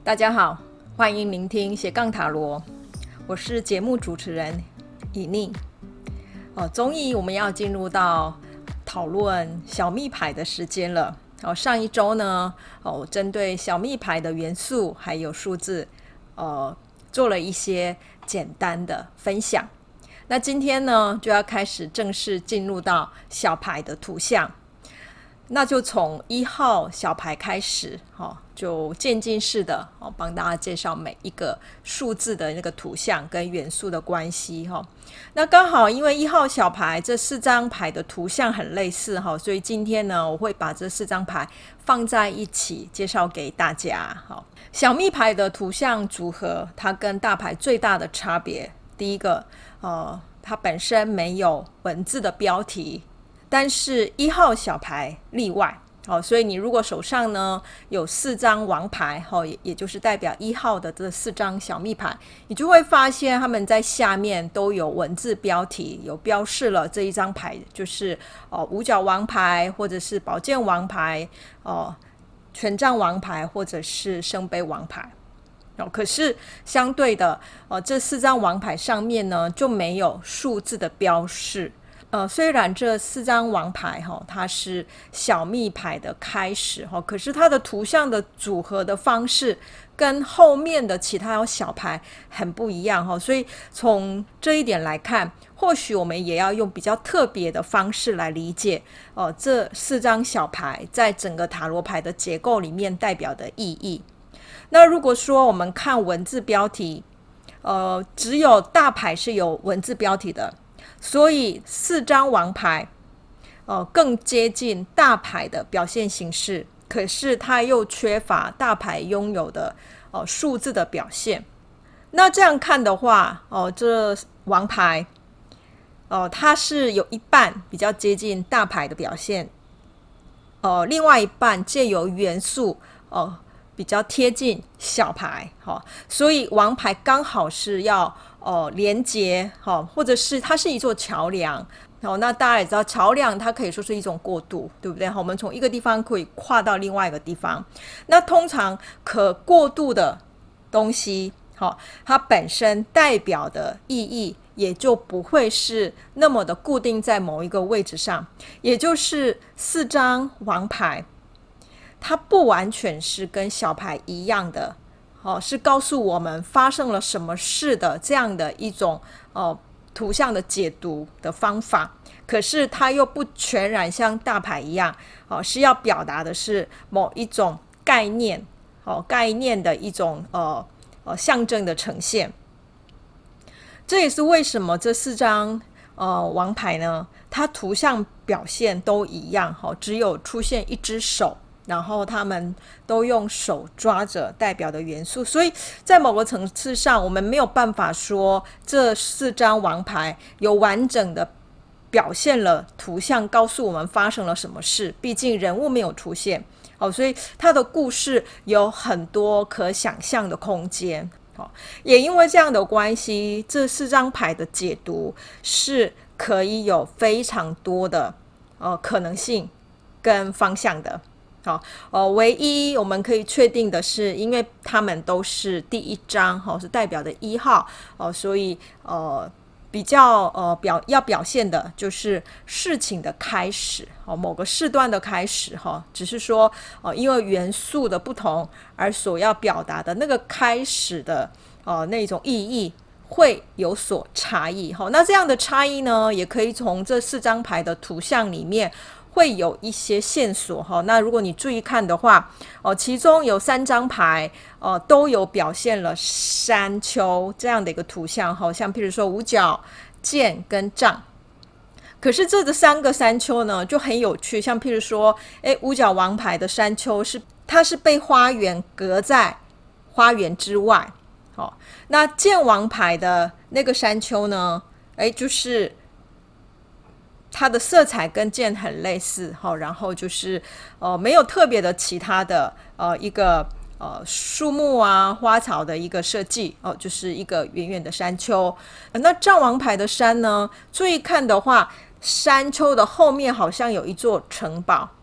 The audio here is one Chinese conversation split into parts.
大家好，欢迎聆听斜杠塔罗，我是节目主持人以宁。终于我们要进入到讨论小密牌的时间了。上一周呢，针对小密牌的元素还有数字，做了一些简单的分享。那今天呢，就要开始正式进入到小牌的图像。那就从1号小牌开始，就渐进式的帮大家介绍每一个数字的那个图像跟元素的关系。那刚好因为1号小牌这4张牌的图像很类似，所以今天呢，我会把这4张牌放在一起介绍给大家。小密牌的图像组合，它跟大牌最大的差别，第一个，它本身没有文字的标题，但是1号小牌例外。所以你如果手上呢有4张王牌，也就是代表1号的这4张小密牌，你就会发现他们在下面都有文字标题，有标示了这一张牌就是五角王牌，或者是宝剑王牌，权杖王牌，或者是圣杯王牌。可是相对的，这4张王牌上面呢就没有数字的标示。虽然这4张王牌它是小密牌的开始，可是它的图像的组合的方式跟后面的其他小牌很不一样，所以从这一点来看，或许我们也要用比较特别的方式来理解这4张小牌在整个塔罗牌的结构里面代表的意义。那如果说我们看文字标题，只有大牌是有文字标题的，所以4张王牌更接近大牌的表现形式，可是它又缺乏大牌拥有的数字的表现。那这样看的话，这王牌它是有一半比较接近大牌的表现，另外一半借由元素比较贴近小牌，所以王牌刚好是要连接，或者是它是一座桥梁。那大家也知道，桥梁它可以说是一种过渡，对不对？我们从一个地方可以跨到另外一个地方。那通常可过渡的东西，它本身代表的意义也就不会是那么的固定在某一个位置上，也就是4张王牌它不完全是跟小牌一样的，是告诉我们发生了什么事的这样的一种图像的解读的方法。可是它又不全然像大牌一样，是要表达的是某一种概念，概念的一种象征的呈现。这也是为什么这4张王牌呢，它图像表现都一样，只有出现一只手，然后他们都用手抓着代表的元素，所以在某个层次上，我们没有办法说这4张王牌有完整的表现了图像，告诉我们发生了什么事，毕竟人物没有出现，所以它的故事有很多可想象的空间。也因为这样的关系，这4张牌的解读是可以有非常多的可能性跟方向的。唯一我们可以确定的是，因为他们都是第1张是代表的1号所以比较要表现的就是事情的开始，某个事段的开始，只是说因为元素的不同而所要表达的那个开始的那种意义会有所差异。那这样的差异呢，也可以从这4张牌的图像里面会有一些线索。那如果你注意看的话，其中有3张牌都有表现了山丘这样的一个图像，像譬如说五角、剑跟杖。可是这3个山丘呢就很有趣，像譬如说五角王牌的山丘它是被花园隔在花园之外，那剑王牌的那个山丘呢就是它的色彩跟剑很类似，然后就是没有特别的其他的一个树木啊花草的一个设计，就是一个远远的山丘。那杖王牌的山呢，注意看的话，山丘的后面好像有一座城堡，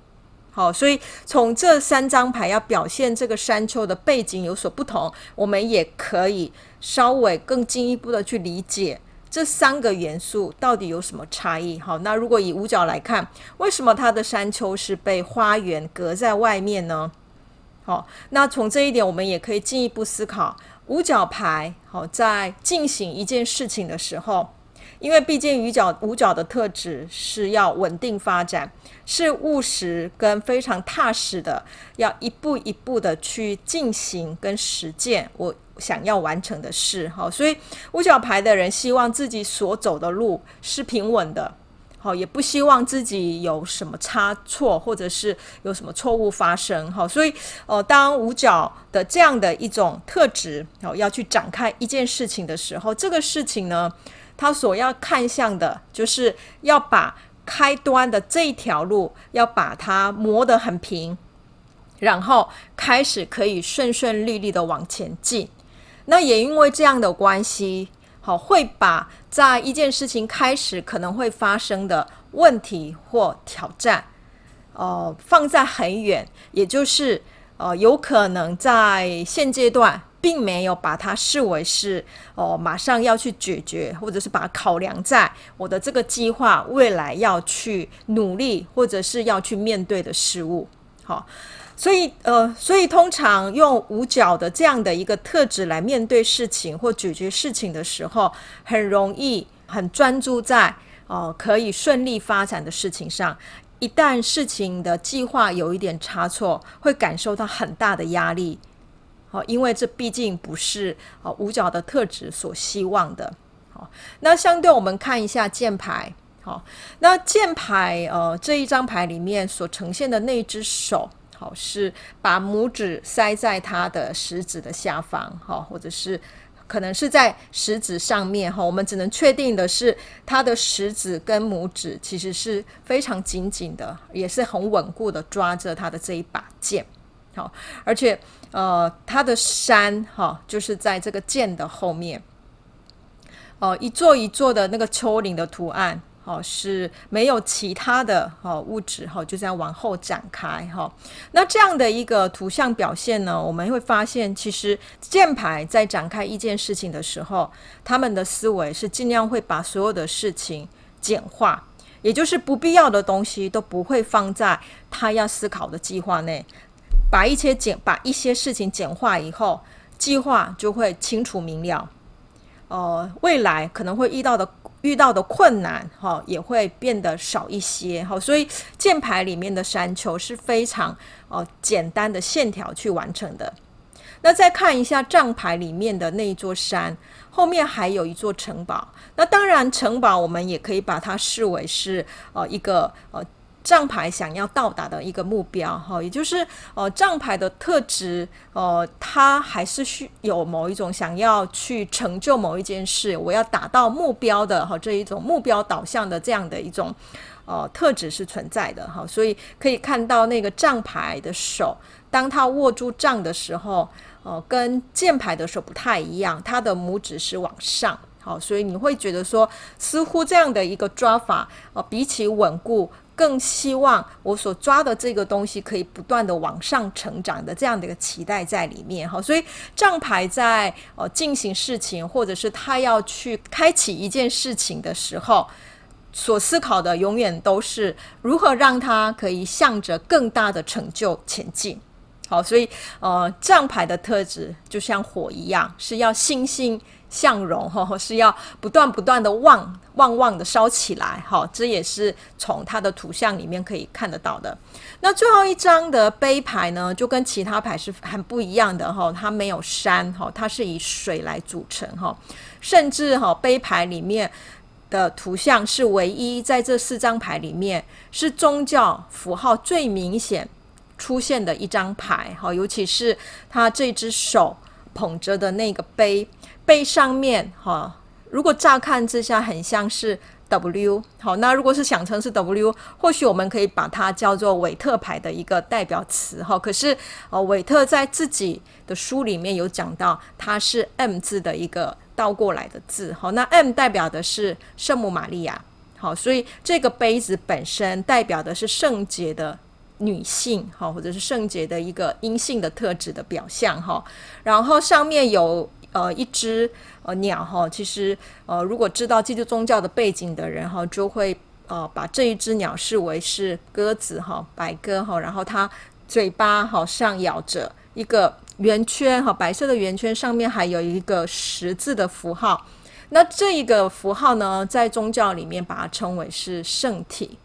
好，所以从这3张牌要表现这个山丘的背景有所不同，我们也可以稍微更进一步的去理解这3个元素到底有什么差异。好，那如果以五角来看，为什么它的山丘是被花园隔在外面呢？好，那从这一点我们也可以进一步思考五角牌在进行一件事情的时候，因为毕竟五角的特质是要稳定发展，是务实跟非常踏实的，要一步一步的去进行跟实践我想要完成的事。所以五角牌的人希望自己所走的路是平稳的，也不希望自己有什么差错或者是有什么错误发生。所以当五角的这样的一种特质要去展开一件事情的时候，这个事情呢，他所要看向的就是要把开端的这一条路要把它磨得很平，然后开始可以顺顺利利的往前进。那也因为这样的关系，会把在一件事情开始可能会发生的问题或挑战放在很远，也就是有可能在现阶段并没有把它视为是马上要去解决，或者是把它考量在我的这个计划未来要去努力或者是要去面对的事物。好，所以通常用五角的这样的一个特质来面对事情或解决事情的时候，很容易很专注在可以顺利发展的事情上。一旦事情的计划有一点差错，会感受到很大的压力，因为这毕竟不是五角的特质所希望的。那相对我们看一下剑牌，那剑牌这一张牌里面所呈现的那只手是把拇指塞在他的食指的下方，或者是可能是在食指上面，我们只能确定的是他的食指跟拇指其实是非常紧紧的，也是很稳固的抓着他的这一把剑。而且他的山就是在这个剑的后面，一座一座的那个丘陵的图案是没有其他的物质就这样往后展开。那这样的一个图像表现呢，我们会发现其实剑牌在展开一件事情的时候，他们的思维是尽量会把所有的事情简化，也就是不必要的东西都不会放在他要思考的计划内，把一些事情简化以后，计划就会清楚明了，未来可能会遇到的困难也会变得少一些。所以剑牌里面的山丘是非常简单的线条去完成的。那再看一下杖牌里面的那一座山，后面还有一座城堡。那当然城堡我们也可以把它视为是一个杖牌想要到达的一个目标，也就是杖牌的特质，它还是有某一种想要去成就某一件事，我要达到目标的这一种目标导向的这样的一种特质是存在的。所以可以看到那个杖牌的手，当他握住杖的时候，跟剑牌的手不太一样，他的拇指是往上。所以你会觉得说，似乎这样的一个抓法比起稳固，更希望我所抓的这个东西可以不断的往上成长的这样的一个期待在里面。所以杖牌在进行事情，或者是他要去开启一件事情的时候，所思考的永远都是如何让他可以向着更大的成就前进。所以杖牌的特质就像火一样，是要欣欣向荣，是要不断的旺的烧起来。这也是从它的图像里面可以看得到的。那最后一张的杯牌呢，就跟其他牌是很不一样的，它没有山，它是以水来组成，甚至杯牌里面的图像是唯一在这4张牌里面是宗教符号最明显出现的一张牌，尤其是他这只手捧着的那个杯上面，如果乍看之下很像是 W， 那如果是想成是 W， 或许我们可以把它叫做韦特牌的一个代表词。可是韦特在自己的书里面有讲到，它是 M 字的一个倒过来的字，那 M 代表的是圣母玛利亚，所以这个杯子本身代表的是圣洁的女性或者是圣洁的一个阴性的特质的表象。然后上面有一只鸟，其实如果知道基督宗教的背景的人就会把这一只鸟视为是鸽子，白鸽，然后它嘴巴上咬着一个圆圈，白色的圆圈，上面还有一个十字的符号。那这一个符号呢，在宗教里面把它称为是圣体。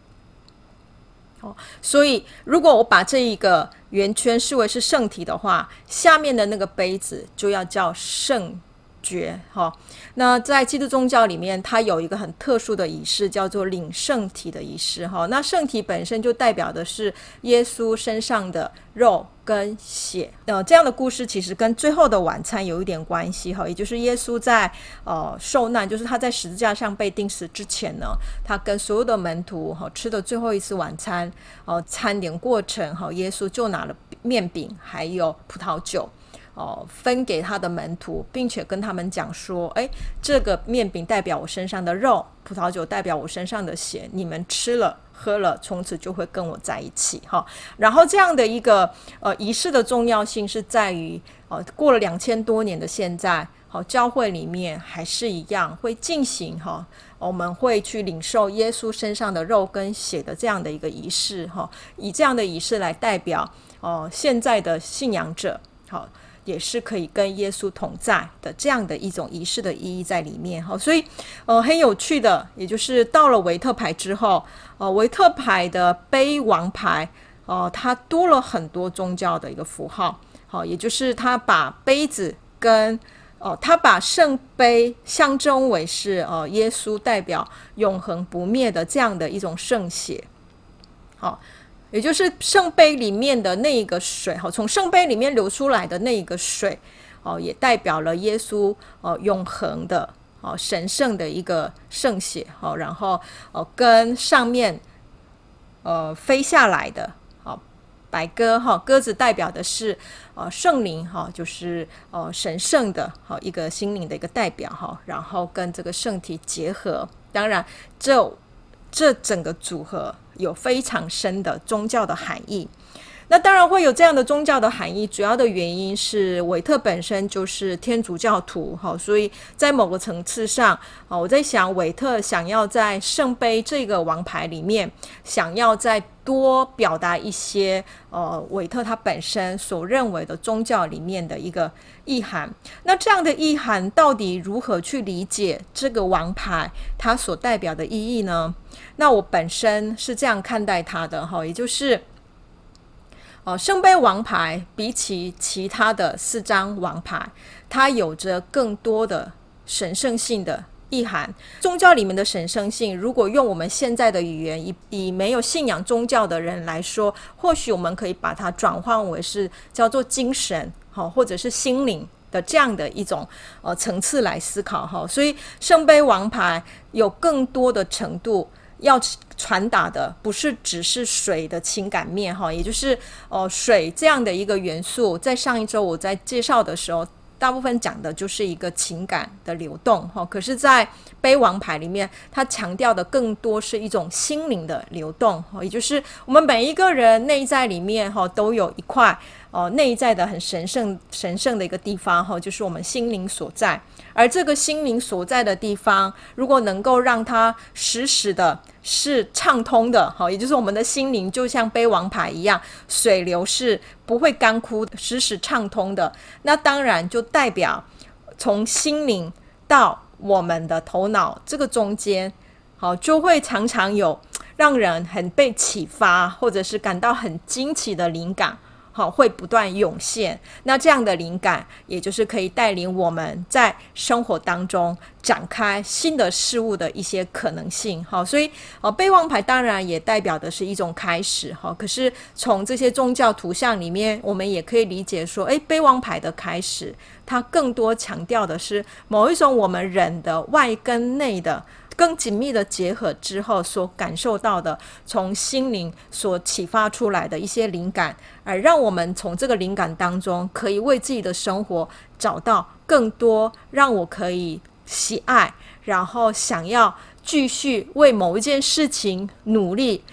所以如果我把这一个圆圈视为是圣体的话，下面的那个杯子就要叫圣爵。那在基督宗教里面，它有一个很特殊的仪式，叫做领圣体的仪式。那圣体本身就代表的是耶稣身上的肉跟血。这样的故事其实跟最后的晚餐有一点关系，也就是耶稣在受难，就是他在十字架上被钉死之前呢，他跟所有的门徒吃的最后一次晚餐，餐点过程，耶稣就拿了面饼还有葡萄酒分给他的门徒，并且跟他们讲说，这个面饼代表我身上的肉，葡萄酒代表我身上的血，你们吃了喝了，从此就会跟我在一起。然后这样的一个仪式的重要性是在于过了2000多年的现在，教会里面还是一样会进行我们会去领受耶稣身上的肉跟血的这样的一个仪式，以这样的仪式来代表现在的信仰者也是可以跟耶稣同在的这样的一种仪式的意义在里面。所以很有趣的，也就是到了维特牌之后，维特牌的杯王牌它多了很多宗教的一个符号，也就是它把杯子跟他把圣杯象征为是耶稣代表永恒不灭的这样的一种圣血。也就是圣杯里面的那一个水，从圣杯里面流出来的那一个水，也代表了耶稣永恒的神圣的一个圣血。然后跟上面飞下来的白鸽，鸽子代表的是圣灵，就是神圣的一个心灵的一个代表，然后跟这个圣体结合。当然这整个组合有非常深的宗教的含义。那当然会有这样的宗教的含义，主要的原因是韦特本身就是天主教徒，所以在某个层次上，我在想韦特想要在圣杯这个王牌里面想要再多表达一些韦特他本身所认为的宗教里面的一个意涵。那这样的意涵到底如何去理解这个王牌它所代表的意义呢？那我本身是这样看待它的，也就是圣杯王牌比起其他的4张王牌，它有着更多的神圣性的意涵。宗教里面的神圣性，如果用我们现在的语言，以没有信仰宗教的人来说，或许我们可以把它转换为是叫做精神或者是心灵的这样的一种层次来思考。所以圣杯王牌有更多的程度要传达的不是只是水的情感面，也就是水这样的一个元素，在上一周我在介绍的时候大部分讲的就是一个情感的流动，可是在杯王牌里面它强调的更多是一种心灵的流动，也就是我们每一个人内在里面都有一块内在的很神圣的一个地方，就是我们心灵所在。而这个心灵所在的地方，如果能够让它时时的是畅通的，也就是我们的心灵就像杯王牌一样，水流是不会干枯，时时畅通的，那当然就代表从心灵到我们的头脑这个中间就会常常有让人很被启发，或者是感到很惊奇的灵感会不断涌现。那这样的灵感也就是可以带领我们在生活当中展开新的事物的一些可能性。所以杯王牌当然也代表的是一种开始，可是从这些宗教图像里面我们也可以理解说杯王牌的开始它更多强调的是某一种我们人的外跟内的更紧密的结合之后所感受到的从心灵所启发出来的一些灵感，而让我们从这个灵感当中可以为自己的生活找到更多让我可以喜爱，然后想要继续为某一件事情努力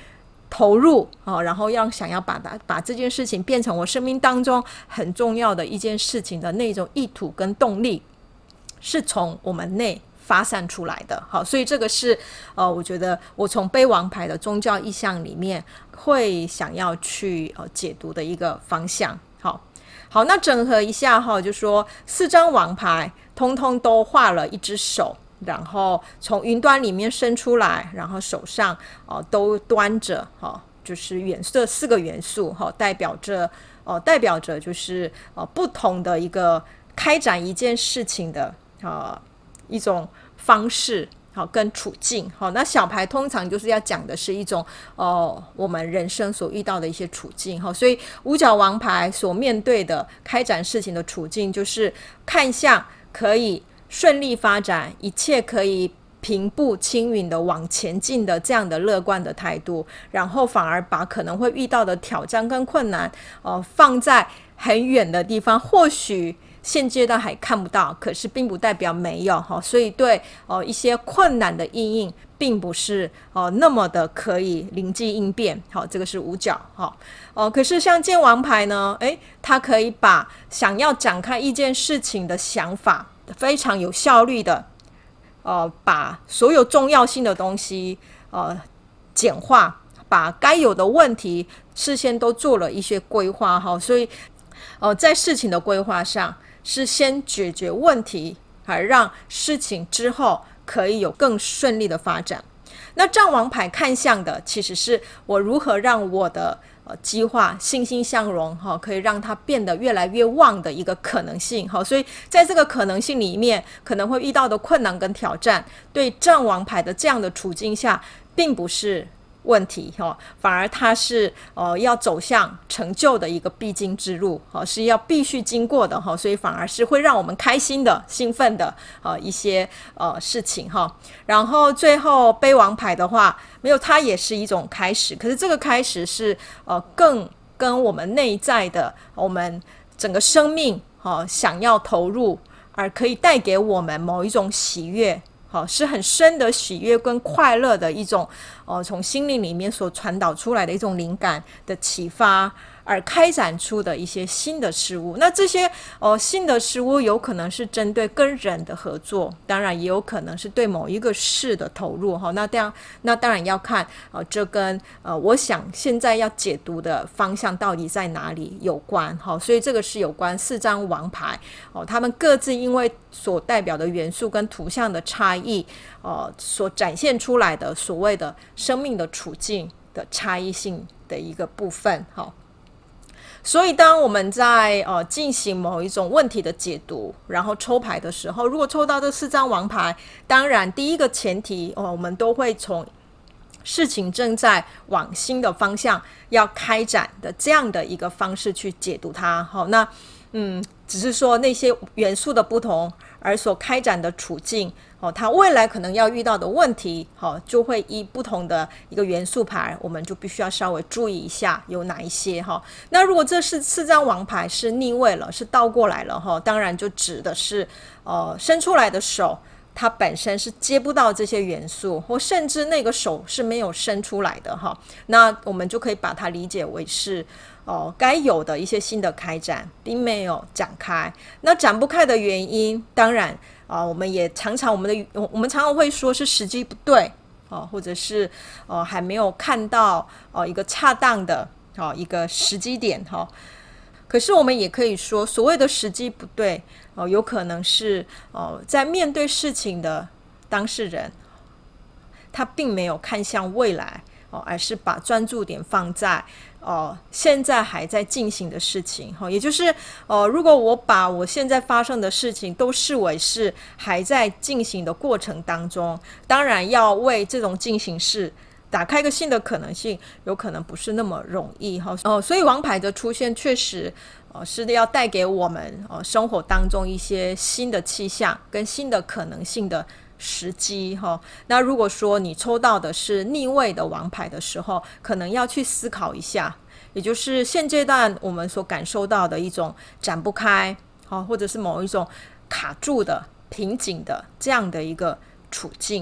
投入然后想要把这件事情变成我生命当中很重要的一件事情的那种意图跟动力，是从我们内发散出来的。好，所以这个是我觉得我从杯王牌的宗教意象里面会想要去解读的一个方向。好，那整合一下就说4张王牌通通都画了一只手，然后从云端里面伸出来，然后手上都端着就是这4个元素代表着就是不同的一个开展一件事情的一种方式跟处境。那小牌通常就是要讲的是一种我们人生所遇到的一些处境。所以五角王牌所面对的开展事情的处境，就是看向可以顺利发展，一切可以平步青云的往前进的这样的乐观的态度，然后反而把可能会遇到的挑战跟困难放在很远的地方，或许现阶段还看不到，可是并不代表没有所以对一些困难的因应并不是那么的可以灵机应变。这个是五角可是像剑王牌呢，它可以把想要展开一件事情的想法非常有效率的把所有重要性的东西简化，把该有的问题事先都做了一些规划所以在事情的规划上是先解决问题，而让事情之后可以有更顺利的发展。那战王牌看向的其实是我如何让我的计划欣欣向荣可以让它变得越来越旺的一个可能性所以在这个可能性里面可能会遇到的困难跟挑战，对战王牌的这样的处境下并不是问题反而它是要走向成就的一个必经之路是要必须经过的所以反而是会让我们开心的兴奋的一些事情然后最后杯王牌的话，没有，它也是一种开始，可是这个开始是更跟我们内在的我们整个生命想要投入，而可以带给我们某一种喜悦是很深的喜悦跟快乐的一种从心灵里面所传导出来的一种灵感的启发，而开展出的一些新的事物。那这些新的事物有可能是针对跟人的合作，当然也有可能是对某一个事的投入那当然要看这跟我想现在要解读的方向到底在哪里有关所以这个是有关4张王牌他们各自因为所代表的元素跟图像的差异所展现出来的所谓的生命的处境的差异性的一个部分所以当我们在进行某一种问题的解读，然后抽牌的时候，如果抽到这4张王牌，当然第一个前提我们都会从事情正在往新的方向要开展的这样的一个方式去解读它那只是说那些元素的不同而所开展的处境它未来可能要遇到的问题就会依不同的一个元素牌，我们就必须要稍微注意一下有哪一些那如果这是4张王牌是逆位了，是倒过来了当然就指的是伸出来的手它本身是接不到这些元素，或甚至那个手是没有伸出来的那我们就可以把它理解为是该有的一些新的开展并没有展开。那展不开的原因，当然我们也常常会说是时机不对或者是还没有看到一个恰当的一个时机点可是我们也可以说所谓的时机不对有可能是在面对事情的当事人他并没有看向未来而是把专注点放在现在还在进行的事情也就是如果我把我现在发生的事情都视为是还在进行的过程当中，当然要为这种进行式打开一个新的可能性，有可能不是那么容易所以王牌的出现确实是要带给我们生活当中一些新的气象跟新的可能性的时机那如果说你抽到的是逆位的王牌的时候，可能要去思考一下，也就是现阶段我们所感受到的一种展不开或者是某一种卡住的瓶颈的这样的一个处境，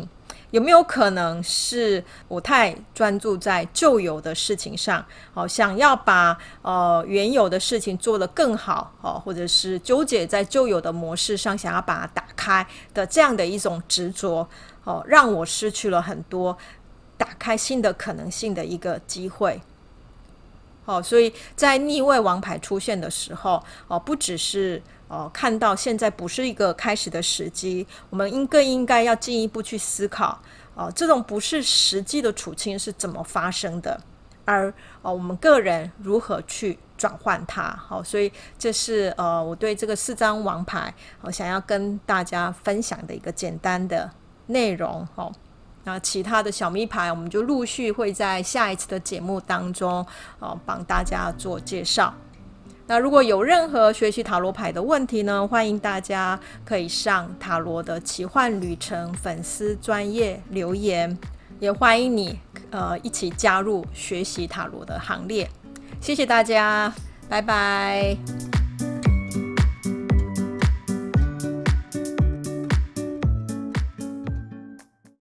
有没有可能是我太专注在旧有的事情上，想要把原有的事情做得更好，或者是纠结在旧有的模式上，想要把它打开的这样的一种执着，让我失去了很多打开新的可能性的一个机会。所以在逆位王牌出现的时候，不只是看到现在不是一个开始的时机，我们更应该要进一步去思考，这种不是实际的处境是怎么发生的，而我们个人如何去转换它。所以这是我对这个4张王牌想要跟大家分享的一个简单的内容。那其他的小密牌我们就陆续会在下一次的节目当中帮大家做介绍。那如果有任何学习塔罗牌的问题呢，欢迎大家可以上塔罗的奇幻旅程粉丝专页留言，也欢迎你一起加入学习塔罗的行列。谢谢大家，拜拜。